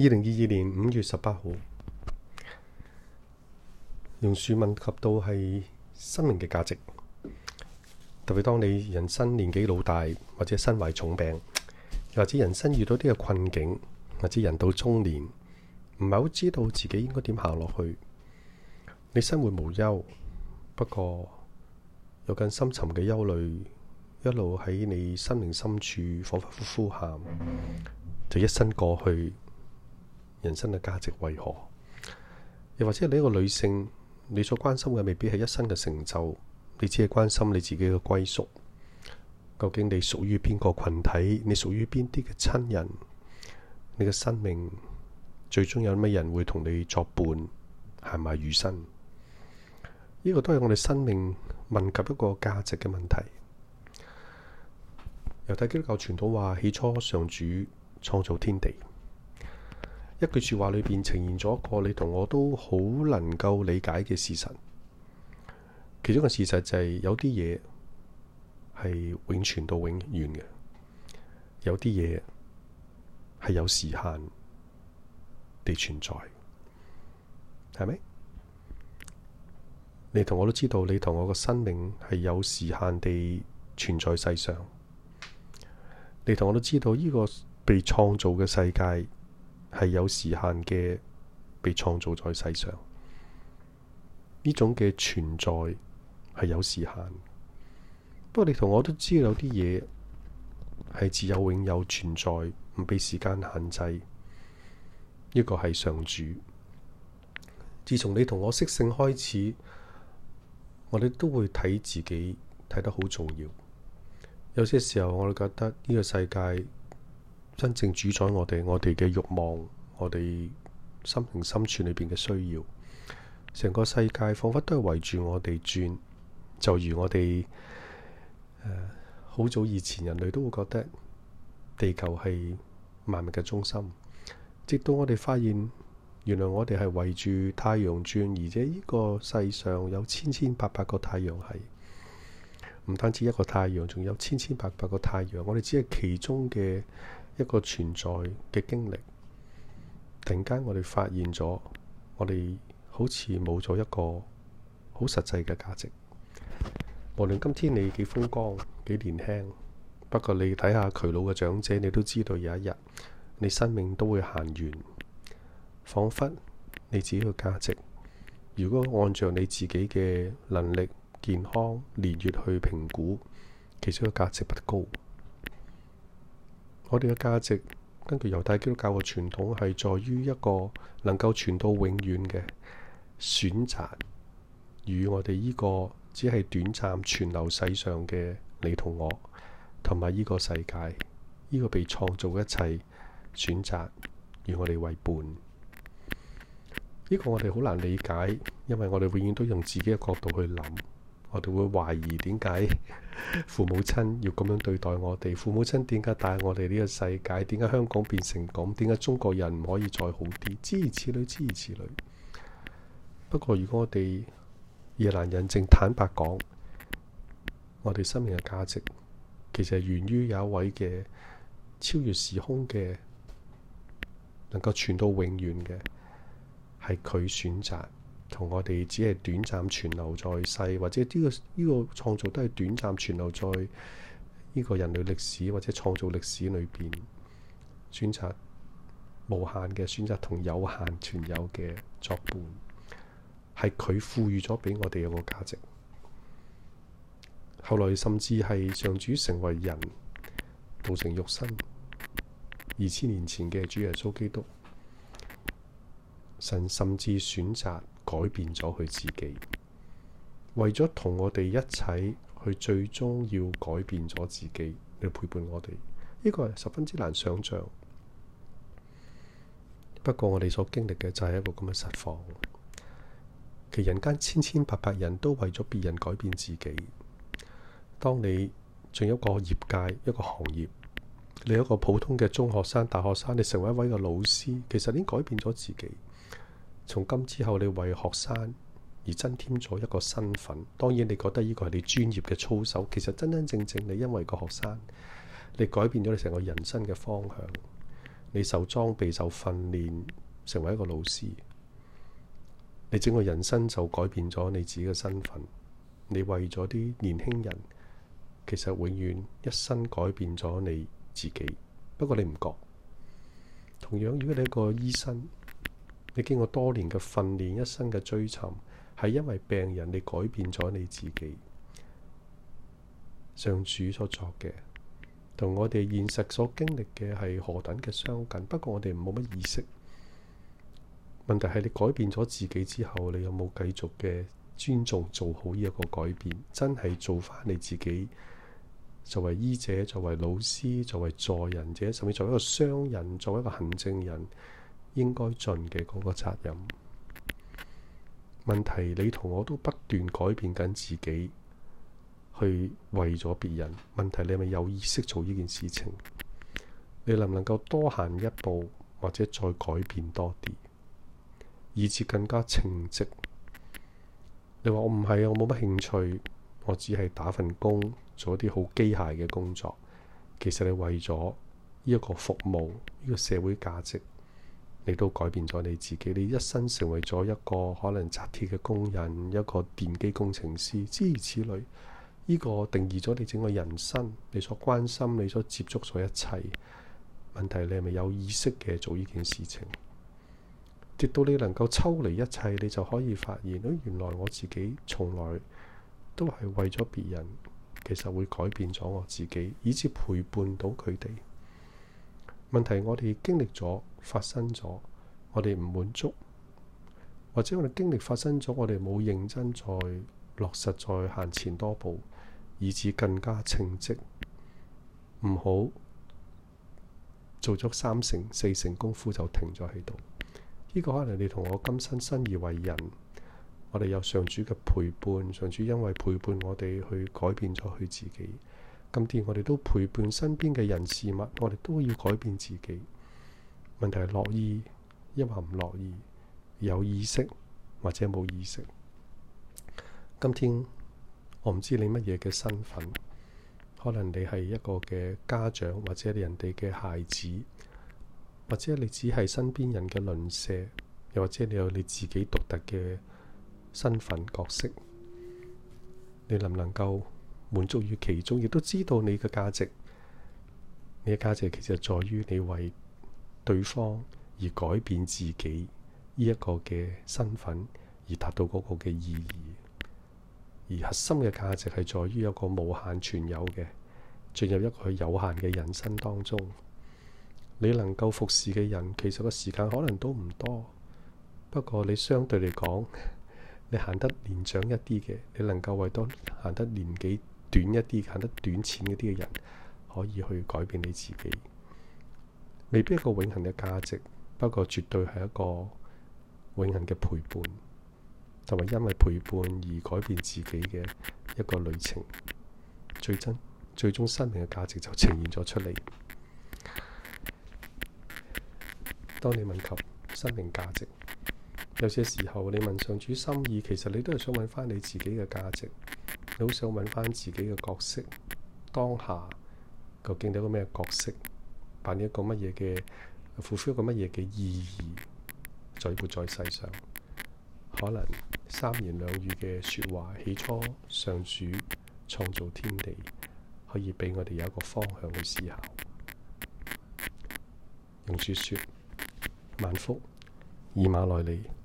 2022年5月18號，榕樹問及到係生命嘅價值，特別當你人生年紀老大，或者身懷重病，或者人生遇到啲嘅困境，或者人到中年，唔係好知道自己應該點行落去。你生活無憂，不過有更深沉嘅憂慮一路喺你生命深處彷彿呼喊，就一生過去，人生嘅價值為何？又或者你一個女性，你所關心嘅未必係一生嘅成就，你只係關心你自己嘅歸屬。究竟你屬於邊個群體？你屬於邊啲嘅親人？你嘅生命最終有咩人會同你作伴，行埋餘生？呢個都係我哋生命問及一個價值嘅問題。猶太基督教傳統話：起初上主創造天地。一句說話裏邊呈現咗一個你同我都好能夠理解嘅事實。其中嘅事實就係有啲嘢係永存到永遠嘅，有啲嘢係有時限地存在，係咪？你同我都知道，你同我個生命係有時限地存在世上。你同我都知道，呢個被創造嘅世界係有時限嘅被創造在世上。呢種嘅存在係有時限。不過你同我都知道，有啲嘢係自有永有存在，唔被時間限制。呢個係上主。自從你同我識性開始，我哋都會睇自己睇得好重要。有些時候我哋覺得呢個世界真正主宰我哋嘅慾望，我哋心靈深處裏邊嘅需要，成個世界彷彿都係圍住我哋轉。就如我哋好早以前人類都會覺得地球係萬物嘅中心，直到我哋發現原來我哋係圍住太陽轉，而且呢個世上有千百個太陽系，唔單止一個太陽，仲有千百個太陽。我哋只係其中嘅一個存在嘅經歷。突然間我哋發現咗，我哋好似冇咗一個好實際嘅價值。無論今天你幾風光幾年輕，不過你睇下耆老嘅長者，你都知道有一日你生命都會行完。彷彿你自己嘅價值，如果按照你自己嘅能力、健康、年月去評估，其實個價值不高。我哋嘅價值根據猶太基督教嘅傳統，係在於一個能夠傳到永遠嘅選擇，與我哋呢個只係短暫存留世上嘅你同我，同埋呢個世界，呢個被創造嘅一切選擇，與我哋為伴。呢個我哋好難理解，因為我哋永遠都用自己嘅角度去諗，我哋會懷疑點解父母親要咁樣對待我哋？父母親點解帶我哋呢個世界？點解香港變成咁？點解中國人唔可以再好啲？諸如此類，諸如此類。不過如果我哋夜闌人靜坦白講，我哋生命嘅價值其實係源於有一位嘅超越時空嘅，能夠傳到永遠嘅。係佢選擇，同我哋只係短暫存留在世，或者呢個創造都係短暫存留在呢個人類歷史或者創造歷史裏邊，選擇無限嘅選擇同有限存有嘅作伴，係佢賦予咗俾我哋一個價值。後來甚至係上主成為人，道成肉身，2000年前嘅主耶穌基督。神甚至選擇改變咗佢自己，為咗同我哋一齊去，最終要改變咗自己嚟陪伴我哋。呢個係十分之難想像。不過我哋所經歷嘅就係一個咁嘅實況。其人間千百人都為咗別人改變自己。當你進一個業界一個行業，你一個普通嘅中學生、大學生，你成為一位嘅老師，其實已經改變咗自己。從今之後，你為學生而增添咗一個身份。當然，你覺得呢個係你專業嘅操守。其實真正你因為個學生，你改變咗你成個人生嘅方向。 你受裝備、受訓練，成為一個老師，你整個人生就改變咗你自己嘅身份。你為咗啲年輕人，其實永遠一生改變咗你自己。不過你唔覺。同樣，如果你係一個醫生，你經過多年嘅訓練、一生嘅追尋，係因為病人你改變咗你自己。上主所作嘅，同我哋現實所經歷嘅係何等嘅相近。不過我哋冇乜意識。問題係你改變咗自己之後，你有冇繼續嘅尊重做好呢一個改變？真係做返你自己，作為醫者、作為老師、作為助人者，甚至作為一個商人、作為一個行政人，應該盡嘅嗰個責任。問題你同我都不斷改變緊自己，去為咗別人。問題你係咪有意識做呢件事情？你能唔能夠多行一步，或者再改變多啲，以至更加稱職？你話我唔係啊，我冇乜興趣，我只係打份工，做一啲好機械嘅工作。其實你為咗呢一個服務，呢個社會價值，你都改變咗你自己。你一生成為咗一個可能紮鐵嘅工人，一個電機工程師，諸如此類。呢個定義咗你整個人生，你所關心、你所接觸咗一切。問題你係咪有意識嘅做呢件事情？直到你能夠抽離一切，你就可以發現，原來我自己從來都係為咗別人，其實會改變咗我自己，以至陪伴到佢哋。問題我哋經歷咗、發生咗，我哋唔滿足，或者我哋經歷發生咗，我哋冇認真再落實，再行前多步，以至更加稱職。唔好做咗3成、4成功夫就停咗喺度。呢個可能你同我今生生而為人，我哋有上主嘅陪伴，上主因為陪伴我哋去改變咗佢自己。今天我哋都陪伴身邊嘅人事物，我哋都要改變自己。問題係樂意抑或唔樂意，有意識或者冇意識。今天我唔知你乜嘢嘅身份，可能你係一個嘅家長，或者你人哋嘅孩子，或者你只係身邊人嘅鄰舍，又或者你有你自己獨特嘅身份角色，你能唔能夠滿足於其中，亦都知道你嘅價值？你嘅價值其實在於你為對方而改變自己呢一個嘅身份，而達到嗰個嘅意義。而核心嘅價值係在於有個無限存有嘅進入一個有限嘅人生當中。你能夠服侍嘅人，其實個時間可能都唔多，不過你相對嚟講，你行得年長一啲嘅，你能夠為多行得年紀短一啲、行得短淺一啲嘅人，可以去改變你自己。未必一個永恆嘅價值，不過絕對係一個永恆嘅陪伴，同埋因為陪伴而改變自己嘅一個旅程。最終生命嘅價值就呈現咗出嚟。當你問及生命價值，有些時候你問上主心意，其實你都係想揾翻你自己嘅價值，你好想揾翻自己嘅角色。當下究竟你有個咩角色，扮演一個乜嘢嘅，fulfill一個乜嘢嘅意義，在活在世上。可能3言2語嘅說話，起初上主創造天地，可以俾我哋有一個方向去思考。用主說：萬福以馬內利。